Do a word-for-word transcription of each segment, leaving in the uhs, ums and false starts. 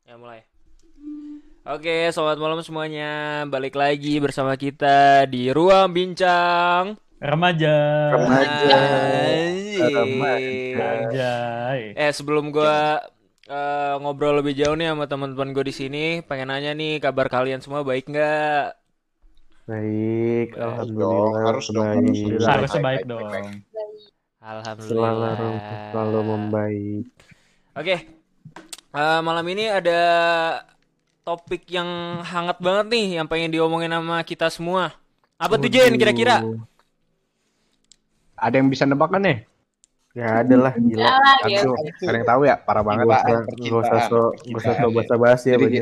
Ya mulai. Oke, selamat malam semuanya. Balik lagi bersama kita di Ruang Bincang Remaja. Remaja, remaja. Anjing. Anjay. Eh, sebelum gua eh, ngobrol lebih jauh nih sama teman-teman gue di sini, pengen nanya nih kabar kalian semua baik nggak? Baik, Baik. dong, alhamdulillah harus dong, harus. baik. Baik, Harusnya baik, baik baik, baik, baik. dong. Selalu selalu Alhamdulillah. membaik. Oke, eh, malam ini ada topik yang hangat banget nih yang pengen diomongin sama kita semua. Apa tuh Jen kira-kira? Waduh. Ada yang bisa nebak kan nih? Ya ada lah, gila. ya. Aduh, ada yang tahu ya? Parah banget. Gak Pak. usah, gak usah so, gak usah so basa-basi ya, Jadi, Bajit.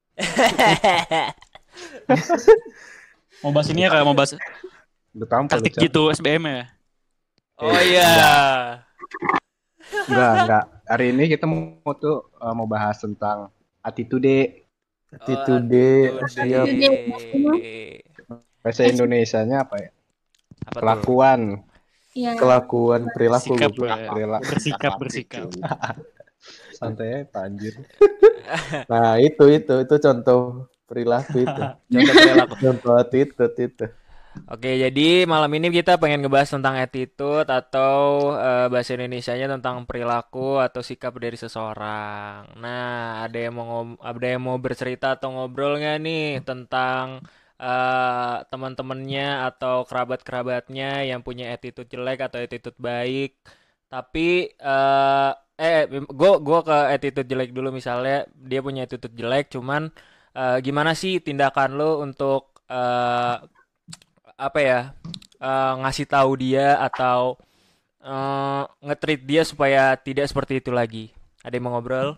Mau bahas ini ya kayak mau bahas Udah tampil, taktik Cak. gitu S B M ya. Oh iya. Enggak, enggak. Hari ini kita mau tuh uh, mau bahas tentang attitude. Attitude, Oh, siap. attitude. Bahasa Indonesianya apa ya? Apa tuh? Kelakuan. Iya. Kelakuan, perilaku. Sikap goblok. ya. Perilaku. Bersikap bersikap. Santai ya, Pak Anjir. Nah itu, itu, itu contoh perilaku itu. Contoh perilaku. Contoh attitude itu. Oke, jadi malam ini kita pengen ngebahas tentang attitude atau eh, bahasa Indonesianya tentang perilaku atau sikap dari seseorang. Nah, ada yang mau ngom- ada yang mau bercerita atau ngobrol nggak nih tentang eh, teman-temannya atau kerabat-kerabatnya yang punya attitude jelek atau attitude baik. Tapi eh eh gue gue ke attitude jelek dulu, misalnya dia punya attitude jelek, cuman eh, gimana sih tindakan lo untuk eh, apa ya, eh, ngasih tahu dia atau eh, nge-treat dia supaya tidak seperti itu lagi. Ada yang mau ngobrol?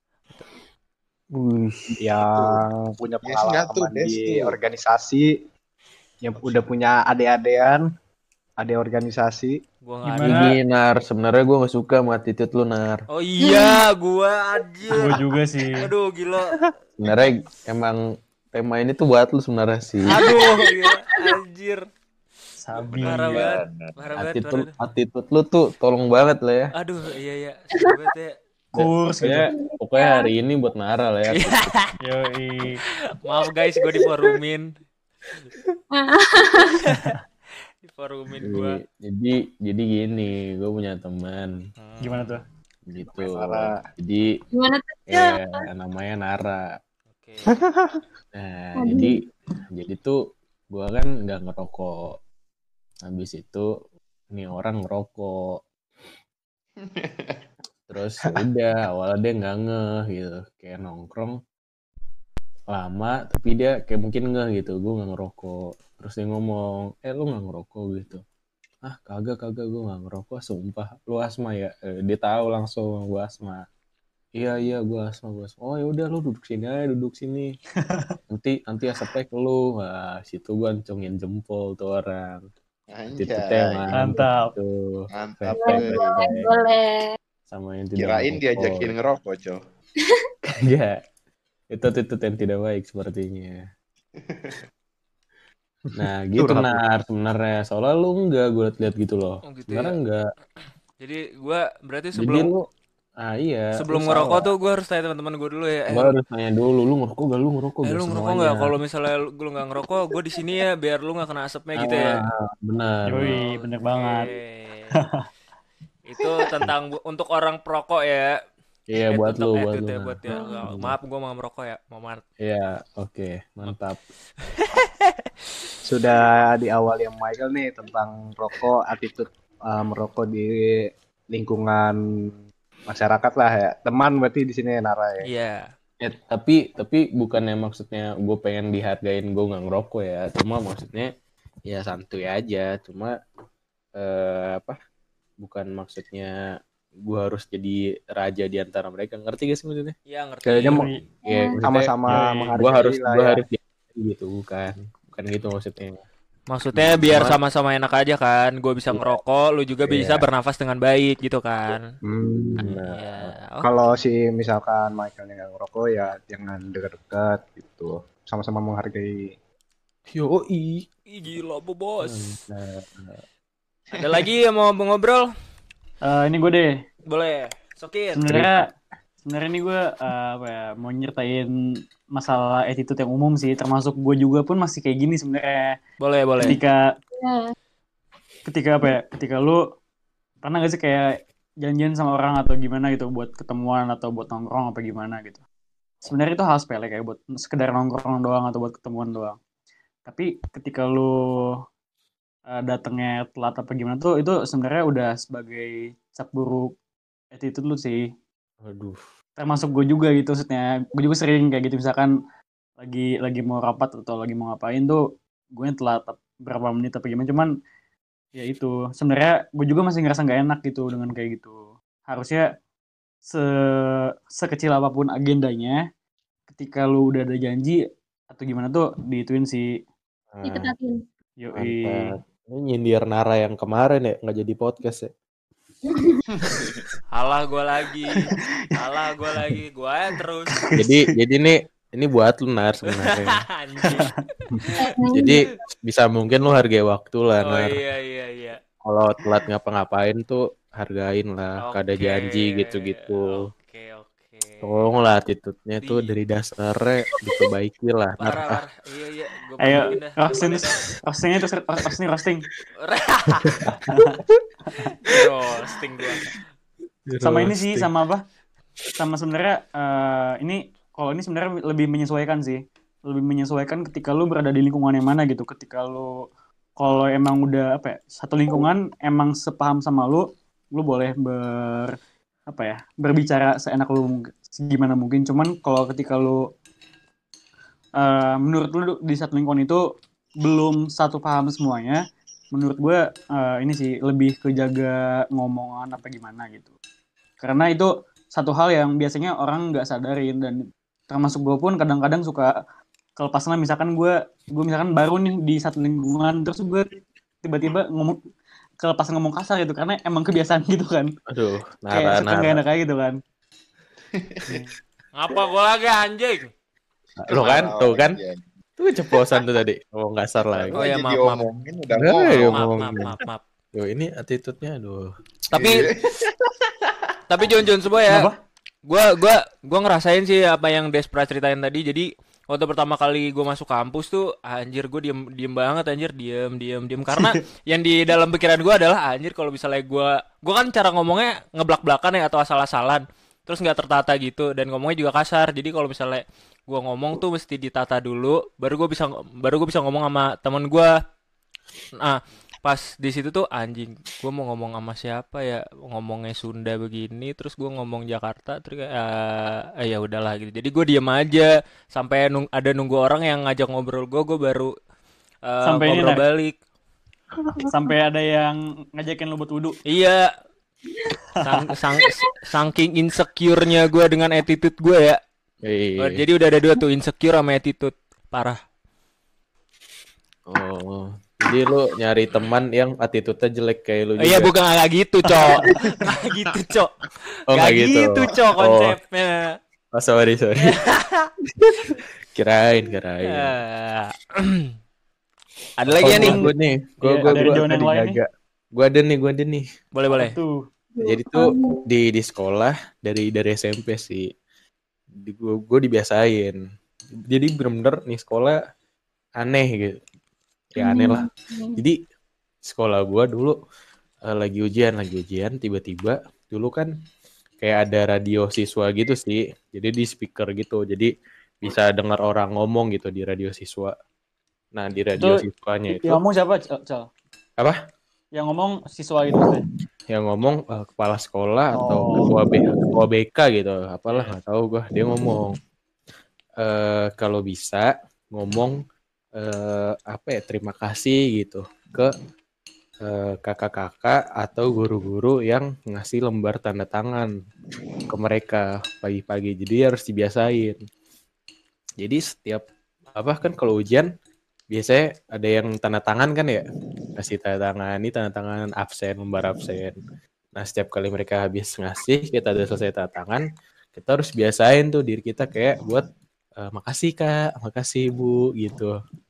Wih, Yang punya Yes, nggak tuh, pengalaman yes di tuh. organisasi, yang udah punya ade-adean, ade organisasi. Gua nggak Gimana? ada. ini Nar, sebenarnya gue gak suka sama attitude lu, Nar. Oh iya, gua anjir. Gue juga sih. Aduh gila. Sebenarnya emang tema ini tuh buat lu sebenarnya sih. Aduh gila. Anjir. Sabi. Parah banget. Parah banget. Parah Attitude, banget. attitude lu tuh tolong banget lah ya. Aduh iya iya. Sorry banget ya. Kurs gitu. Pokoknya, pokoknya hari ini buat Nara lah ya. Yoi. Maaf guys, gue diforumin. Diforumin gua. Jadi, jadi gini, gue punya teman Hmm. Gimana tuh? gitu. Nara. Jadi Gimana tuh? ya namanya Nara. Oke. Nah, jadi jadi tuh gue kan nggak ngerokok. Habis itu nih orang ngerokok. Terus ya udah awalnya dia nggak ngeh gitu, kayak nongkrong lama tapi dia kayak mungkin ngeh gitu, gue nggak ngerokok. Terus dia ngomong, eh lu nggak ngerokok gitu? Ah kagak kagak gue nggak ngerokok, sumpah. Lu asma ya? Eh, dia tahu langsung gue asma. Iya iya gue asma gue asma. Oh ya udah lu duduk sini aja, duduk sini. Nanti nanti asapnya ke lu. Wah situ gue ancungin jempol tuh orang. Itu Anjay. Mantap. Tuh. Mantap. Respect, weh. respect. Boleh. Sama yang tidak Kirain ngerokok. diajakin ngerokok, Cow. Enggak. Itu itu yang tidak baik sepertinya. Nah gitu Curhat lu. Nar sebenarnya. Soalnya lu enggak, gue liat gitu loh. Oh gitu Sebenarnya ya. enggak. Jadi gua berarti Jadi sebelum lu ah iya. sebelum lu ngerokok salah. tuh gue harus tanya teman-teman gue dulu ya. Eh, Gua harus nanya dulu, lu ngerokok gak? Lu ngerokok eh gak lu ngerokok semuanya? nggak? Kalau misalnya lu lu nggak ngerokok, gue di sini ya biar lu nggak kena asapnya gitu ya. Ah, benar. Yoi, bener Oke. banget. Itu tentang bu- untuk orang perokok ya. Iya Eh, buat tentang lu, buat attitude lu. ya, Nar. buat ya. Nggak- maaf gue mau merokok ya, mau mar. Iya, oke, mantap. Sudah di awal yang Michael nih tentang rokok, attitude uh, merokok di lingkungan masyarakat lah ya. Teman berarti di sini Nara ya. Iya. Ya, tapi tapi bukannya maksudnya gue pengen dihargain gue nggak ngerokok ya. Cuma maksudnya ya santuy aja. Cuma eh, apa? Bukan maksudnya gue harus jadi raja di antara mereka. Ngerti gak sih maksudnya? Iya ngerti. Kayaknya mau Yoi. Ya, maksudnya sama-sama Yoi. menghargai gue harus lah gue ya. harus dihargai gitu, bukan bukan gitu maksudnya. Maksudnya biar Cuma- sama-sama enak aja kan. Gue bisa Iya. ngerokok, lu juga bisa Iya. bernafas dengan baik gitu kan. Hmm. Benar. Iya. Oh, Kalau si misalkan Michael yang nggak ngerokok ya jangan dekat-dekat gitu. Sama-sama menghargai. Yoi. ih, gila bu bos. Mantap. Ada lagi yang mau ngobrol? Eh, ini gue deh. Boleh. Sokin. Sebenarnya sebenarnya ini gue uh, apa ya, mau nyertain masalah attitude yang umum sih, termasuk gue juga pun masih kayak gini sebenarnya. Boleh, boleh. Ketika Ya. ketika apa ya? Ketika lu pernah gak sih kayak janjian sama orang atau gimana gitu buat ketemuan atau buat nongkrong apa gimana gitu. Sebenarnya itu hal sepele kayak buat sekedar nongkrong doang atau buat ketemuan doang. Tapi ketika lu uh, datangnya telat apa gimana tuh itu sebenarnya udah sebagai cap buruk attitude lu sih. Aduh. Termasuk gue juga gitu maksudnya. Gue juga sering kayak gitu misalkan lagi lagi mau rapat atau lagi mau ngapain tuh gue telat berapa menit apa gimana cuman ya itu sebenarnya gue juga masih ngerasa nggak enak gitu dengan kayak gitu. Harusnya se sekecil apapun agendanya ketika lu udah ada janji atau gimana tuh diituin sih. Nah, Ditepatin. Yoi. mantap. Ini nyindir Nara yang kemarin ya, nggak jadi podcast ya. Alah gue lagi. Alah gue lagi. Gue aja terus. Jadi jadi nih ini buat lu Nar sebenarnya. Anjing. Jadi bisa mungkin lu hargai waktu lah Oh Nar. iya, iya, iya. Kalau telat ngapa-ngapain tuh hargain lah, Oke. kada janji gitu-gitu. Oke, oke. Tolong lah attitude-nya tuh Di- dari dasarnya diperbaiki lah. Nar, Parah, ah, parah. Iya, iya. Gue Ayo perbaikin dah. roasting roastingnya terus roasting roasting. Roasting gue. Sama ini sih sama apa? Sama sebenarnya eh, ini kalau ini sebenarnya lebih menyesuaikan sih. Lebih menyesuaikan ketika lu berada di lingkungan yang mana gitu. Ketika lu kalau emang udah apa ya, satu lingkungan emang sepaham sama lu, lu boleh ber apa ya, berbicara seenak lu mungkin, gimana mungkin. Cuman kalau ketika lu eh, menurut lu di satu lingkungan itu belum satu paham semuanya, menurut gue eh, ini sih lebih ke jaga ngomongan apa gimana gitu. Karena itu satu hal yang biasanya orang nggak sadarin dan termasuk gue pun kadang-kadang suka kelepasnya misalkan gue gue misalkan baru nih di satu lingkungan terus gue tiba-tiba ngomong kelepasan ngomong kasar gitu karena emang kebiasaan gitu kan. aduh, Kayak Nara, suka nggak Nara. enak aja gitu kan. Ngapa gue lagi anjing? Lo kan, tuh kan, Iya. tuh ceplosan tuh tadi, ngomong kasar lagi. Oh ya, Jadi maaf, maaf. omongin udah Enggak, ngomong. ya, Maaf, ngomong. maaf, maaf, maaf. Yo, ini attitude-nya aduh. Tapi Iya. tapi Jon Jon semua ya. Kenapa? Gua gua gua ngerasain sih apa yang Despra ceritain tadi. Jadi waktu pertama kali gue masuk kampus tuh anjir gue diem diem banget anjir diem diem diem karena yang di dalam pikiran gue adalah anjir kalau misalnya gue gue kan cara ngomongnya ngeblak-blakan ya atau asal-asalan terus nggak tertata gitu dan ngomongnya juga kasar jadi kalau misalnya gue ngomong tuh mesti ditata dulu baru gue bisa baru gue bisa ngomong sama temen gue. Nah pas di situ tuh anjing gue mau ngomong sama siapa ya ngomongnya Sunda begini terus gue ngomong Jakarta terus kayak eh ya udahlah gitu jadi gue diam aja sampai nung- ada nunggu orang yang ngajak ngobrol gue gue baru eh, Sampai ini, ngobrol Nar. balik. Sampai ada yang ngajakin lu buat wudhu. Iya sang, sang, saking insecure-nya gue dengan attitude gue ya. Iya. Oh, jadi udah ada dua tuh insecure sama attitude parah. Oh, jadi lu nyari teman yang attitude-nya jelek kayak lu Oh, juga. iya bukan nggak gitu cok nggak gitu cok Oh, nggak nggak gitu. gitu cok Oh. konsepnya. Oh, sorry, sorry. kirain, kirain. Eh, ada lagi ya nih. Gue nih, gue Iya, gue dari gue zona yang lain dijaga. Gue ada nih, gue ada nih. Boleh boleh. Tuh. Jadi tuh di di sekolah dari dari S M P sih, di gue gue dibiasain. Jadi bener-bener nih sekolah aneh gitu, ya aneh lah. Jadi sekolah gue dulu eh, lagi ujian, lagi ujian, tiba-tiba dulu kan kayak ada radio siswa gitu sih. Jadi di speaker gitu, jadi bisa dengar orang ngomong gitu di radio siswa. Nah di radio Itu- siswanya itu Yang ngomong siapa, Cal? Cal? apa? Yang ngomong siswa gitu maksudnya. Yang ngomong eh, kepala sekolah atau Oh. ketua B ketua B K gitu apalah nggak tahu gua dia ngomong eh kalau bisa ngomong eh apa ya terima kasih gitu ke eh, kakak-kakak atau guru-guru yang ngasih lembar tanda tangan ke mereka pagi-pagi jadi harus dibiasain jadi setiap apa kan kalau ujian biasanya ada yang tanda tangan kan ya kasih tanda tangan ini tanda tangan absen lembar absen nah setiap kali mereka habis ngasih kita udah selesai tanda tangan kita harus biasain tuh diri kita kayak buat e, makasih kak makasih ibu gitu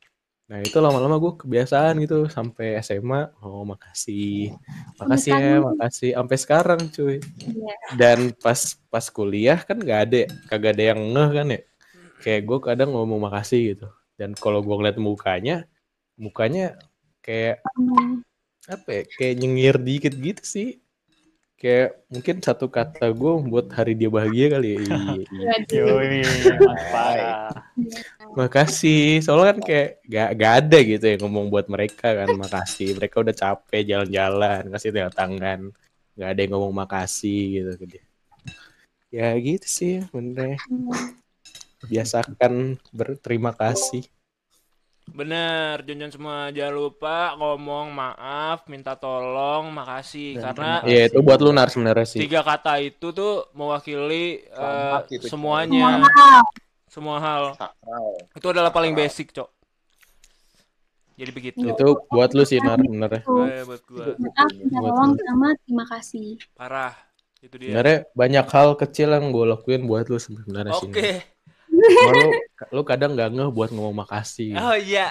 Nah itu lama-lama gue kebiasaan gitu sampai S M A. Oh makasih, Sampai makasih ya, sekarang. makasih. Sampai sekarang cuy. Iya. Dan pas pas kuliah kan nggak ada, kagak ada yang ngeh kan ya. Kayak gue kadang ngomong makasih gitu. Dan kalau gue ngeliat mukanya, mukanya kayak Hmm. apa ya? Kayak nyengir dikit gitu sih. Kayak mungkin satu kata gue buat hari dia bahagia kali ya. Iya, iya. Waduh. Yoi, mas parah. Makasih, soalnya kan kayak gak, gak ada gitu yang ngomong buat mereka kan makasih. Mereka udah capek jalan-jalan, kasih tanda tangan. Gak ada yang ngomong makasih gitu ke dia. Ya gitu sih bener. Biasakan berterima kasih. Bener, Jonjon semua jangan lupa ngomong maaf, minta tolong, makasih. Dan Karena terima Iya kasih. itu buat lu Nar sebenarnya sih. tiga kata itu tuh mewakili eh, Selamat gitu, Cok. semuanya, Wow. semua hal. Sakral. Itu adalah paling basic, Cok. Jadi begitu. Itu buat lu sih Nar sebenarnya. Tuh. Eh, buat gua Maaf, minta Buat tolong lu. sama terima kasih. parah. Itu dia. Sebenarnya banyak hal kecil yang gue lakuin buat lu sebenarnya sih. Oke. Cuma lu, lu kadang gak ngeh buat ngomong makasih. Oh iya.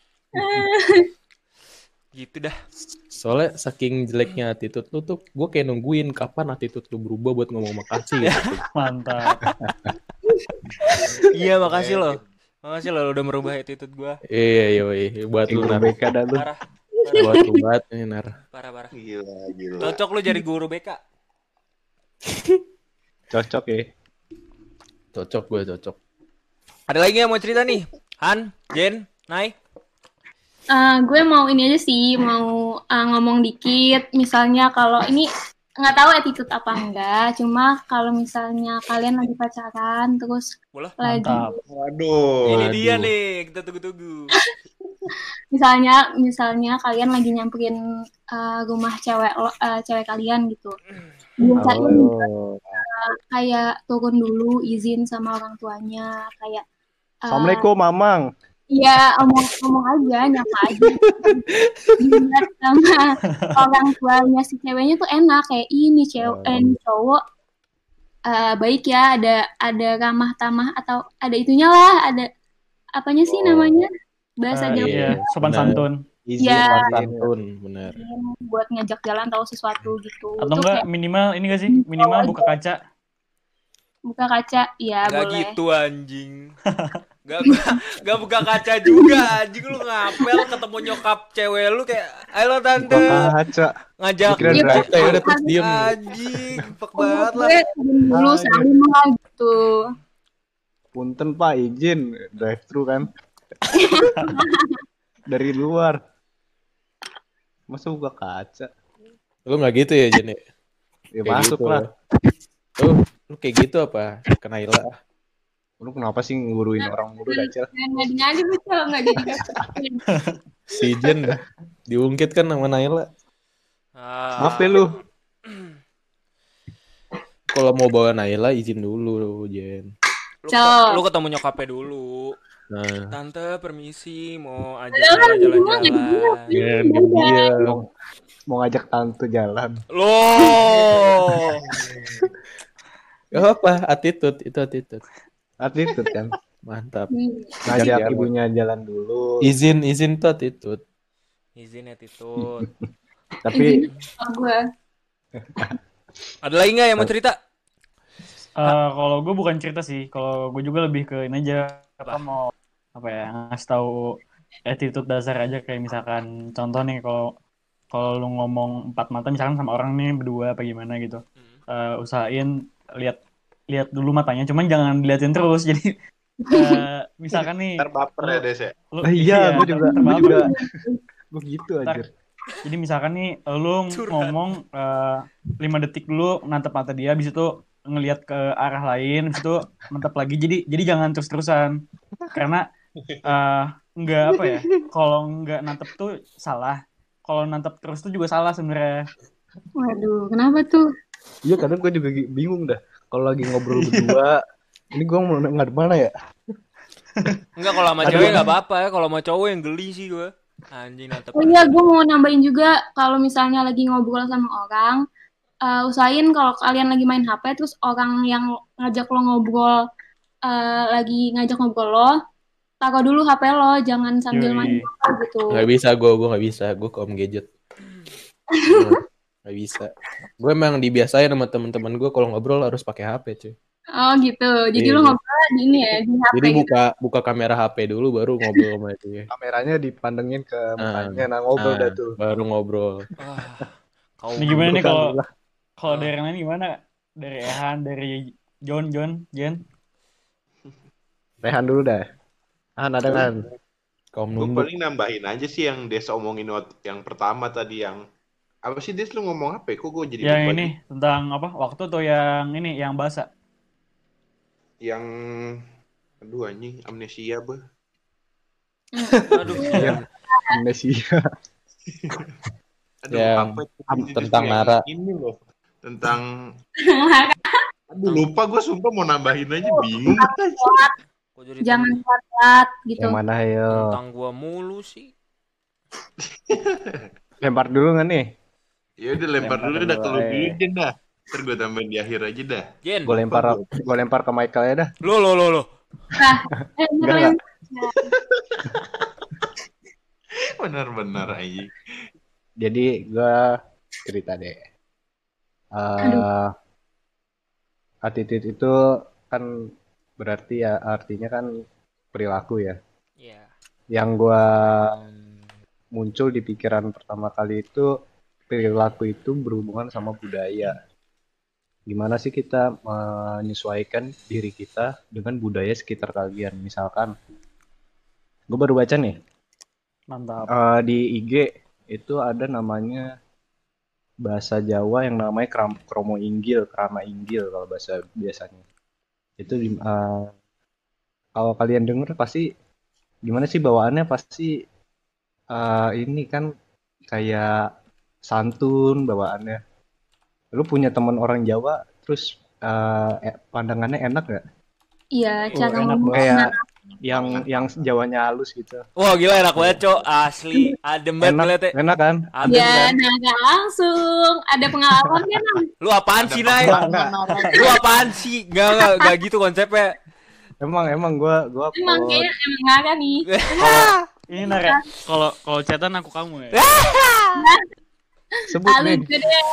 Gitu dah. Soalnya saking jeleknya attitude lu tuh, gue kayak nungguin kapan attitude lu berubah buat ngomong makasih gitu. Mantap. Iya, makasih loh. Makasih loh udah merubah attitude gua. Iya, iya, iya, buat lu Guru Nar. B K dah lu. Parah. Buat lu banget nih Nar. Parah, parah. Gila, gila. Cocok lu jadi guru B K. Cocok ya. Cocok gue, cocok. Ada lagi yang mau cerita nih? Han, Jen, Nai? Eh, gue mau ini aja sih, mau eh, ngomong dikit. Misalnya kalau ini nggak tahu attitude apa enggak, cuma kalau misalnya kalian lagi pacaran terus Boleh? lagi Mantap. Waduh. Ini dia Waduh. nih, kita tunggu-tunggu. misalnya misalnya kalian lagi nyamperin eh, rumah cewek lo- eh, cewek kalian gitu. Biasain Oh. kayak turun dulu izin sama orang tuanya, kayak eh, Assalamualaikum, Mamang. Iya, omong-omong aja, nyapa aja. Dilihat sama orang tuanya si ceweknya tuh enak, kayak ini cewek, eh, ini cowok eh, baik ya, ada ada ramah tamah atau ada itunya lah, ada apanya sih namanya bahasa Eh, Jawa iya, sopan Benar. santun. Izin Ya. Santun, bener. buat ngajak jalan tahu sesuatu gitu. Atau Tuh enggak kayak minimal ini gak sih? Minimal buka kaca. buka kaca, ya Gak boleh. gitu anjing. Gak, gak, gak buka kaca juga anjing. Lu ngapel ketemu nyokap cewek lu kayak halo tante, Buka kaca. ngajak Dikira Iya, drive. Ya udah terus diem. anjing, pek banget lah. Gue izin dulu Ah, salim lah gitu. Punten Pak, izin drive thru kan. Dari luar. Masa buka kaca? Lu gak gitu ya Jen? Ya Kayak masuk gitu. lah. Lu, lu kayak gitu apa? Kena Ila. Lu kenapa sih nguruin orang mulu Dacil? Nggak ngadi betul nggak jadi dapetin. Si Jen diungkit kan sama Naila. Ah, Apa lu? Kalau mau bawa Naila izin dulu Jen. lu, Cok. lu ketemu nyokapnya dulu. Nah, Tante permisi mau ajak Padahal saya kan gua nggak jalan-jalan. Jen diam. Mau, mau ngajak tante jalan. Loh. Gak apa, attitude itu attitude. Attitude kan. Mantap. Hmm. Ngajak jalan. ibunya jalan dulu. Izin izin tuh attitude. Izin attitude. Tapi Kalau gue Ada lagi nggak yang mau cerita? Eh, kalau gue bukan cerita sih, kalau gue juga lebih ke ini aja, apa mau apa ya ngasih tahu attitude dasar aja, kayak misalkan contoh nih, kalau kalau lu ngomong empat mata misalkan sama orang nih berdua apa gimana gitu, eh, usahain lihat lihat dulu matanya, cuman jangan diliatin terus. Jadi eh, misalkan nih Ntar baper ya Des ya. lu, Ah, iya, gue juga, ntar gue baper. juga, gue gitu Ntar. aja. Jadi misalkan nih lu ngomong eh, lima detik dulu natap mata dia, habis itu ngelihat ke arah lain, habis itu natap lagi. Jadi jadi jangan terus-terusan. Karena eh nggak apa ya, kalau nggak natap tuh salah. Kalau natap terus tuh juga salah sebenarnya. waduh kenapa tuh? Iya, kadang gue juga gi- bingung dah. Kalau lagi ngobrol berdua, ini gue mau ngadep mana ya? Enggak, kalau sama Aduh. cewek nggak apa-apa ya. Kalau sama cowok yang geli sih gue. Anjing natep. Oh iya, gue mau nambahin juga kalau misalnya lagi ngobrol sama orang, eh, usahain kalau kalian lagi main H P terus orang yang ngajak lo ngobrol eh, lagi ngajak ngobrol lo, taruh dulu H P lo, jangan sambil Yoi. main apa gitu. Nggak bisa gue, gue nggak bisa, gue kaum gadget. Nggak bisa. Gue emang dibiasain sama teman-teman gue kalau ngobrol harus pakai H P cuy. Oh gitu. Jadi Iya, lo iya. ngobrol di ini ya, di H P Jadi gitu. buka buka kamera H P dulu baru ngobrol sama dia. Kameranya dipandengin ke Ah, mukanya, nah ngobrol ah, dah tuh. baru ngobrol. Ah, kau Ini gimana nih kalau Alhamdulillah. kalau Ah. dari yang lain gimana? Dari Ehan, dari John, John, Jen. Rehan dulu dah. Han ada kan? Kaum Gue numbuk. paling nambahin aja sih yang Des omongin waktu yang pertama tadi yang apa sih Des lu ngomong apa? Kok gue jadi Yang lupa ini nih? tentang apa? Waktu atau yang ini yang bahasa? Yang aduh anjing amnesia bah. Aduh. Iya. Amnesia. Aduh Yang apa itu Des tentang yang Nara. ini loh tentang aduh lupa gue sumpah mau nambahin aja bingung. Kok jadi Jangan ten- telat gitu. Yang mana ayo? tentang gua mulu sih. Lempar dulu nggak nih? Ya udah lempar Lempar dulu dulu, dah kalau eh. dulu Jen dah. Ntar gue tambahin di akhir aja dah. Jen, Gue lempar, gue lempar ke Michael ya dah. lo lo lo lo. Nah, eh, Enggak, kalian Benar-benar anjing. Jadi gue cerita deh. Eh attitude itu kan berarti ya artinya kan perilaku ya. Iya. Yang gue muncul di pikiran pertama kali itu perilaku itu berhubungan sama budaya. Gimana sih kita menyesuaikan diri kita dengan budaya sekitar kalian? Misalkan, gue baru baca nih Mantap. eh, di I G itu ada namanya bahasa Jawa yang namanya kram, kromo inggil, krama inggil kalau bahasa biasanya. Itu di- eh, kalau kalian denger pasti gimana sih bawaannya pasti eh, ini kan kayak santun bawaannya. Lu punya teman orang Jawa terus eh, eh, pandangannya enak gak? iya, Oh, cara enak ngomong. Kayak yang yang Jawanya halus gitu. Wah gila enak banget cok, asli adem banget Enak, ngeliatnya. enak kan? Adem Ya, kan. nah nggak langsung. Ada pengalaman kan? Nam? Lu apaan sih Nay? Enggak, Lu apaan sih? Gak gak gak gitu konsepnya. Emang emang gua gua Emang kalau kayaknya emang ada nih. Ini Nara, kalau kalau chatan aku kamu ya. sebut Lalu nih. juga deh.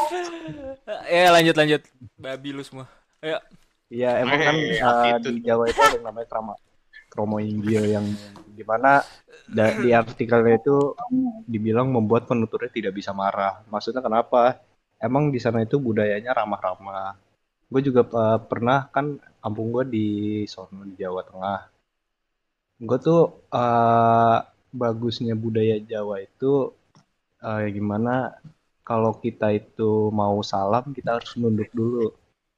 Ya lanjut lanjut. Babi lu semua. Ayo. Iya emang kan Eh, eh, attitude. di Jawa itu ada yang namanya krama kromo inggil yang dimana da- di artikelnya itu dibilang membuat penuturnya tidak bisa marah. Maksudnya kenapa? Emang di sana itu budayanya ramah-ramah. Gue juga eh, pernah kan kampung gue di sono di Jawa Tengah. Gue tuh eh, bagusnya budaya Jawa itu eh, gimana? Kalau kita itu mau salam kita harus nunduk dulu.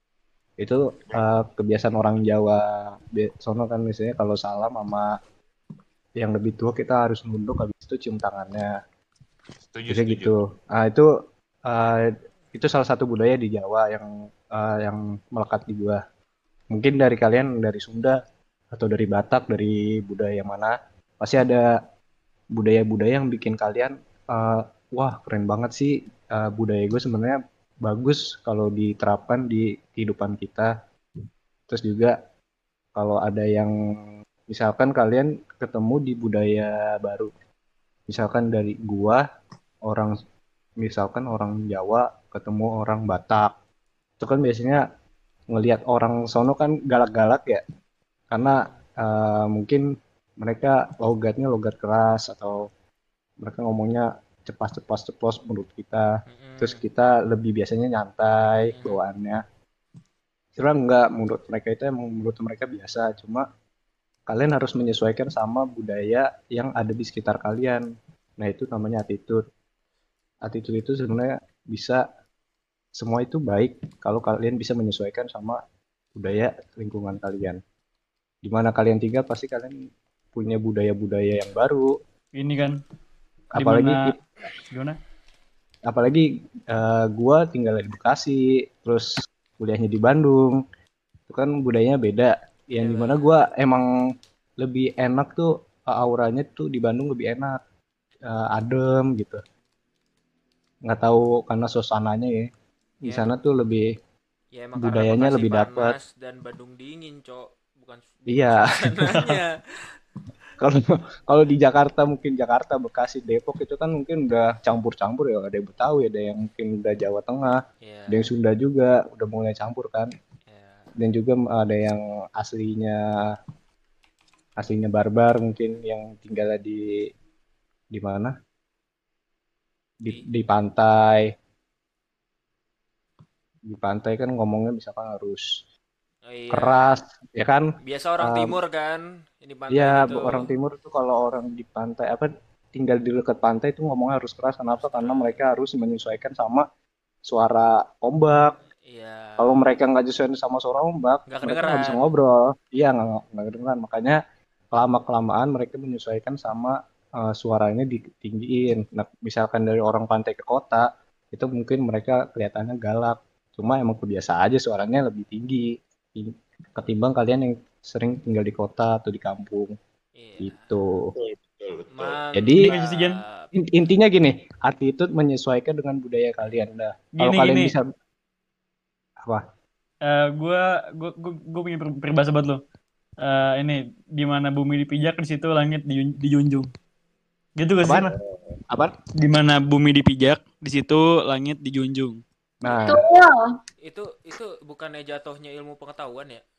Itu eh, kebiasaan orang Jawa. Bi- Sono kan misalnya kalau salam sama yang lebih tua kita harus nunduk habis itu cium tangannya. Setuju Bisa setuju. gitu. Nah, itu eh, itu salah satu budaya di Jawa yang eh, yang melekat di gua. Mungkin dari kalian dari Sunda atau dari Batak, dari budaya yang mana, pasti ada budaya-budaya yang bikin kalian eh, wah keren banget sih eh, budaya gue sebenarnya bagus kalau diterapkan di kehidupan kita. Terus juga kalau ada yang misalkan kalian ketemu di budaya baru, misalkan dari gua orang misalkan orang Jawa ketemu orang Batak, itu kan biasanya ngelihat orang sono kan galak-galak ya, karena eh, mungkin mereka logatnya logat keras atau mereka ngomongnya cepat-cepat ceplos menurut kita. Mm-mm. Terus kita lebih biasanya nyantai bawaannya. Sebenarnya enggak, menurut mereka itu emang menurut mereka biasa. Cuma kalian harus menyesuaikan sama budaya yang ada di sekitar kalian. Nah itu namanya attitude. Attitude itu sebenarnya bisa semua itu baik kalau kalian bisa menyesuaikan sama budaya lingkungan kalian. Dimana kalian tinggal pasti kalian punya budaya-budaya yang baru. Ini kan Apalagi dimana gimana? apalagi eh, gua tinggal di Bekasi, terus kuliahnya di Bandung, itu kan budayanya beda. Yang Iya, dimana gua emang lebih enak tuh eh, auranya tuh di Bandung lebih enak, eh, adem gitu. Nggak tahu karena suasananya ya. Di Iya. sana tuh lebih Ya emang budayanya karena Bekasi lebih dapat. panas dan Bandung dingin cok, bukan Iya. suasananya. Kalau kalau di Jakarta mungkin Jakarta, Bekasi, Depok itu kan mungkin udah campur-campur ya, ada yang Betawi, ada yang mungkin udah Jawa Tengah, Iya. ada yang Sunda juga udah mulai campur kan. Iya. Dan juga ada yang aslinya aslinya barbar mungkin yang tinggal di di mana? Di Di- di pantai. Di pantai kan ngomongnya misalkan harus Oh iya. keras, ya kan? Biasa orang Um, timur kan ini pantai Iya, gitu. orang timur tuh kalau orang di pantai apa tinggal di dekat pantai itu ngomongnya harus keras. Kenapa? Karena mereka harus menyesuaikan sama suara ombak. Iya. Kalau mereka nggak sesuai sama suara ombak, Nggak mereka nggak bisa kedengeran. ngobrol. Iya, nggak nggak kedengeran. Makanya lama kelamaan mereka menyesuaikan sama eh, suaranya ditinggiin. Nah, misalkan dari orang pantai ke kota, itu mungkin mereka kelihatannya galak. Cuma emang kebiasa aja suaranya lebih tinggi i- ketimbang kalian yang sering tinggal di kota atau di kampung. Iya. Itu. Betul, betul, betul. Jadi Gini aja sih, Jan. Mantap. in- intinya gini, attitude menyesuaikan dengan budaya kalian. Nah, kalau Gini kalian gini. bisa apa? Eh gue gue gue gue punya per- peribahasa buat lo. Eh ini di mana bumi dipijak di situ langit dijun- dijunjung. Gitu gak sih? Apaan? Apaan? Di mana bumi dipijak di situ langit dijunjung. Nah, Betul. Itu itu bukannya jatuhnya ilmu pengetahuan ya?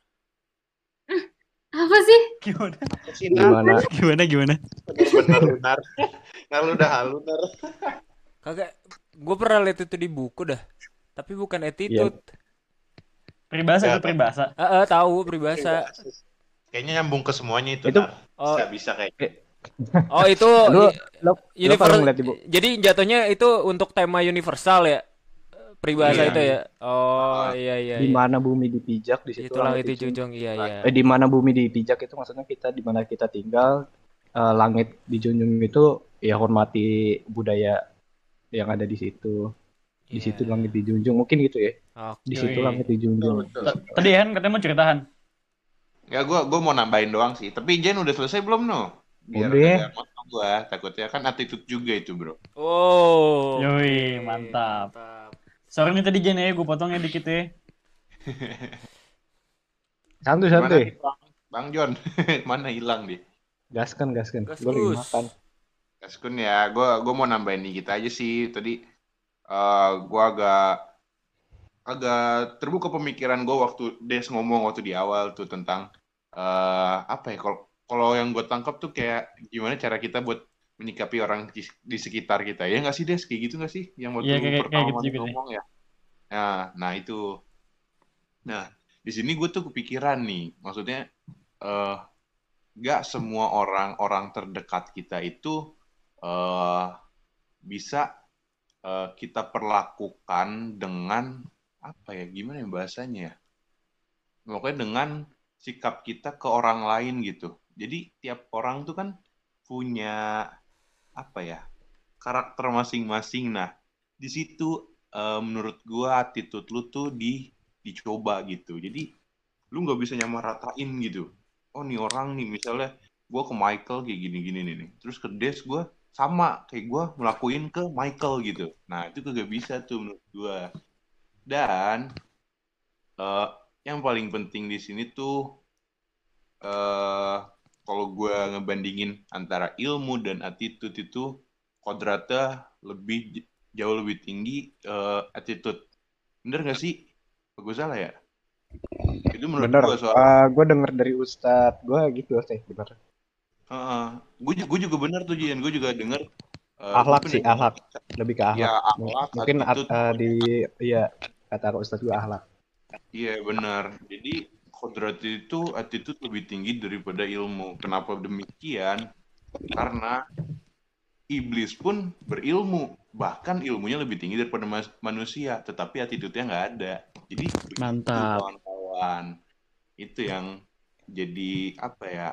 Apa sih? Gimana? gimana? Gimana gimana? Bener, benar. Nah, lu udah halu, Nar. Kagak, gue pernah lihat itu di buku dah. Tapi bukan attitude. Peribahasa Ya, itu peribahasa. Ah, ah, tahu peribahasa. Kayaknya nyambung ke semuanya itu, Itu- Nar. Oh, Bisa, bisa kayak gitu. oh itu Lu i- lu, lu univer- kalau ngeliat di buku, Jadi jatuhnya itu untuk tema universal ya, peribahasa Iya. itu ya. Oh iya iya. di iya. mana bumi dipijak di situ Itu langit langit dijunjung. dijunjung, iya iya. Eh, di mana bumi dipijak itu maksudnya kita di mana kita tinggal, eh, langit dijunjung itu ya hormati budaya yang ada di situ. Di Iya. situ langit dijunjung mungkin gitu ya. Oke. Di situ Yoi. langit dijunjung. Betul, T- betul. Tadi kan katanya mau ceritahan. Ya, gue gue mau nambahin doang sih. Tapi Jen udah selesai belum, no? Biar Udah. kagak motong gue. Takutnya kan attitude juga itu, bro. Oh. Yoi, oke, mantap. mantap. Sorry nih tadi Jen ya, gue potongnya dikit ya. Santuy Gimana santuy. nih, Bang? Bang John? Mana hilang dia? Gaskan gaskan. Gas Gue lagi terus. makan. Gaskun ya, gue gue mau nambahin dikit aja sih. Tadi eh gue agak agak terbuka pemikiran gue waktu Des ngomong waktu di awal tuh tentang eh apa ya? Kalau kalau yang gue tangkap tuh kayak gimana cara kita buat menyikapi orang di, di sekitar kita, ya nggak sih Des? Kayak gitu nggak sih? Yang waktu Iya, kayak- kayak pertama gitu kali juga deh. ngomong ya. Nah, nah itu. Nah, di sini gue tuh kepikiran nih, maksudnya eh nggak semua orang-orang terdekat kita itu eh bisa eh, kita perlakukan dengan apa ya, gimana ya bahasanya ya, pokoknya dengan sikap kita ke orang lain gitu. Jadi tiap orang tuh kan punya apa ya, karakter masing-masing. Nah, di situ eh, menurut gua attitude lu tuh di dicoba gitu. Jadi lu nggak bisa nyamaratain gitu. Oh, nih orang nih misalnya gua ke Michael kayak gini-gini nih, nih. Terus ke Des gua sama kayak gua ngelakuin ke Michael gitu. Nah, itu kagak bisa tuh menurut gua. Dan eh, yang paling penting di sini tuh eh kalau gue ngebandingin antara ilmu dan attitude itu kodratnya lebih jauh lebih tinggi eh, attitude. Bener gak sih? Apa gue salah ya? Itu menurut Bener. gue soal. Uh, gue denger dari Ustadz gue gitu sih bener. Gue gue juga bener tuh Jian. Gue juga denger. eh, Ahlak gua sih, pernah- ahlak. Lebih ke ahlak. Ya ahlak, Mungkin attitude. uh, di iya kata Ustadz gue ahlak. Iya benar. Jadi kodrat itu attitude lebih tinggi daripada ilmu. Kenapa demikian? Karena iblis pun berilmu, bahkan ilmunya lebih tinggi daripada mas- manusia, tetapi attitude-nya nggak ada. Jadi begitu, Mantap. kawan-kawan. Itu yang jadi apa ya?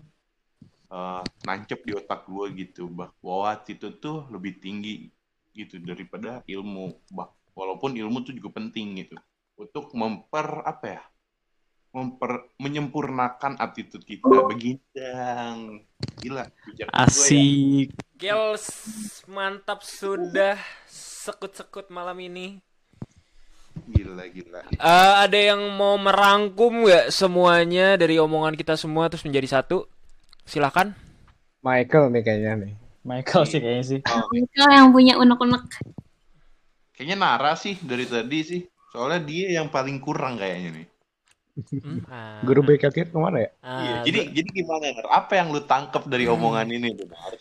eh, nancep di otak gue gitu, bahwa attitude tuh lebih tinggi gitu daripada ilmu. Bah, walaupun ilmu tuh juga penting gitu untuk memper apa ya? memper menyempurnakan attitude kita. Begindang. Gila, bijak gue ya. Asik. Gels, mantap sudah sekut-sekut malam ini. Gila, gila. Eh, ada yang mau merangkum nggak semuanya dari omongan kita semua terus menjadi satu? Silakan. Michael nih kayaknya nih. Michael sih kayaknya sih. Oh, Itu yang punya unek-unek. kayaknya Nara sih dari tadi sih. Soalnya dia yang paling kurang kayaknya nih. Hmm, ah, Guru B K T kemana ya? ah, Iya, jadi jadi gimana, Nar? Apa yang lu tangkap dari omongan ini tuh, Nar?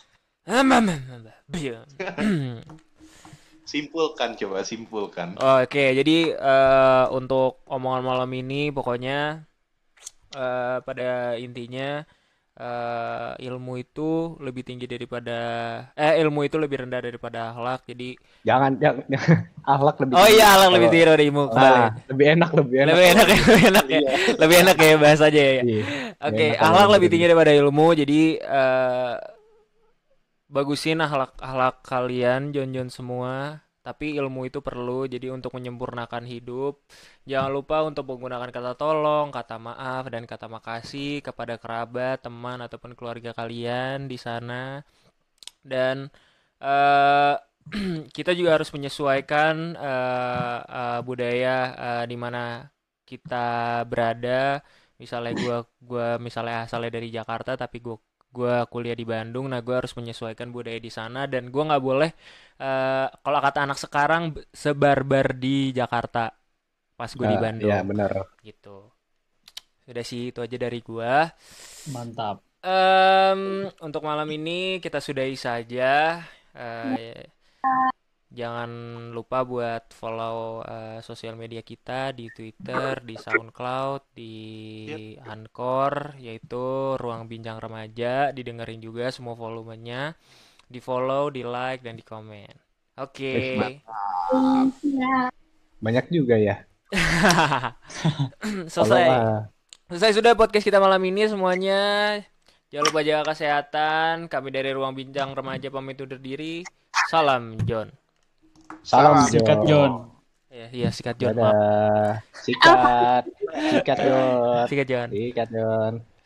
Simpulkan, coba simpulkan. Oke, jadi eh, untuk omongan malam ini pokoknya eh, pada intinya eh, ilmu itu lebih tinggi daripada eh ilmu itu lebih rendah daripada akhlak. Jadi Jangan, jangan, jangan. Akhlak lebih oh tinggi. iya akhlak lebih Kalau- tinggi dari ilmu kembali. Nah, lebih enak, lebih enak. Lebih enak ya, lebih enak ya. Lebih enak ya bahas aja ya. Iya. Oke, Enak kalau akhlak lebih lebih tinggi daripada ilmu. Jadi eh, bagusin akhlak akhlak kalian, Jon-Jon semua. Tapi ilmu itu perlu. Jadi untuk menyempurnakan hidup, jangan lupa untuk menggunakan kata tolong, kata maaf, dan kata makasih kepada kerabat, teman, ataupun keluarga kalian di sana. Dan eh, kita juga harus menyesuaikan eh, eh, budaya eh, di mana kita berada. Misalnya gua gua misalnya asalnya dari Jakarta tapi gua gua kuliah di Bandung. Nah, gua harus menyesuaikan budaya di sana dan gua nggak boleh eh, kalau kata anak sekarang b- sebarbar di Jakarta pas gue di Nah, Bandung iya benar. gitu. Sudah sih itu aja dari gua. Mantap. Em, untuk malam ini kita sudahi saja. Eh, Jangan lupa buat follow eh, sosial media kita di Twitter, di SoundCloud, di Anchor, yaitu Ruang Bincang Remaja. Didengerin juga semua volumenya. Di follow, di like, dan di komen. Oke. Ya. Banyak juga ya. Selesai. Follow, ah. Selesai sudah podcast kita malam ini semuanya. Jangan lupa jaga kesehatan. Kami dari Ruang Bincang Remaja pamit undur diri. Salam John. Salam, Sikat John. Ya, iya sikat John. Maaf. Dadah. Sikat. Sikat, Jon. Sikat John. Sikat, Jon.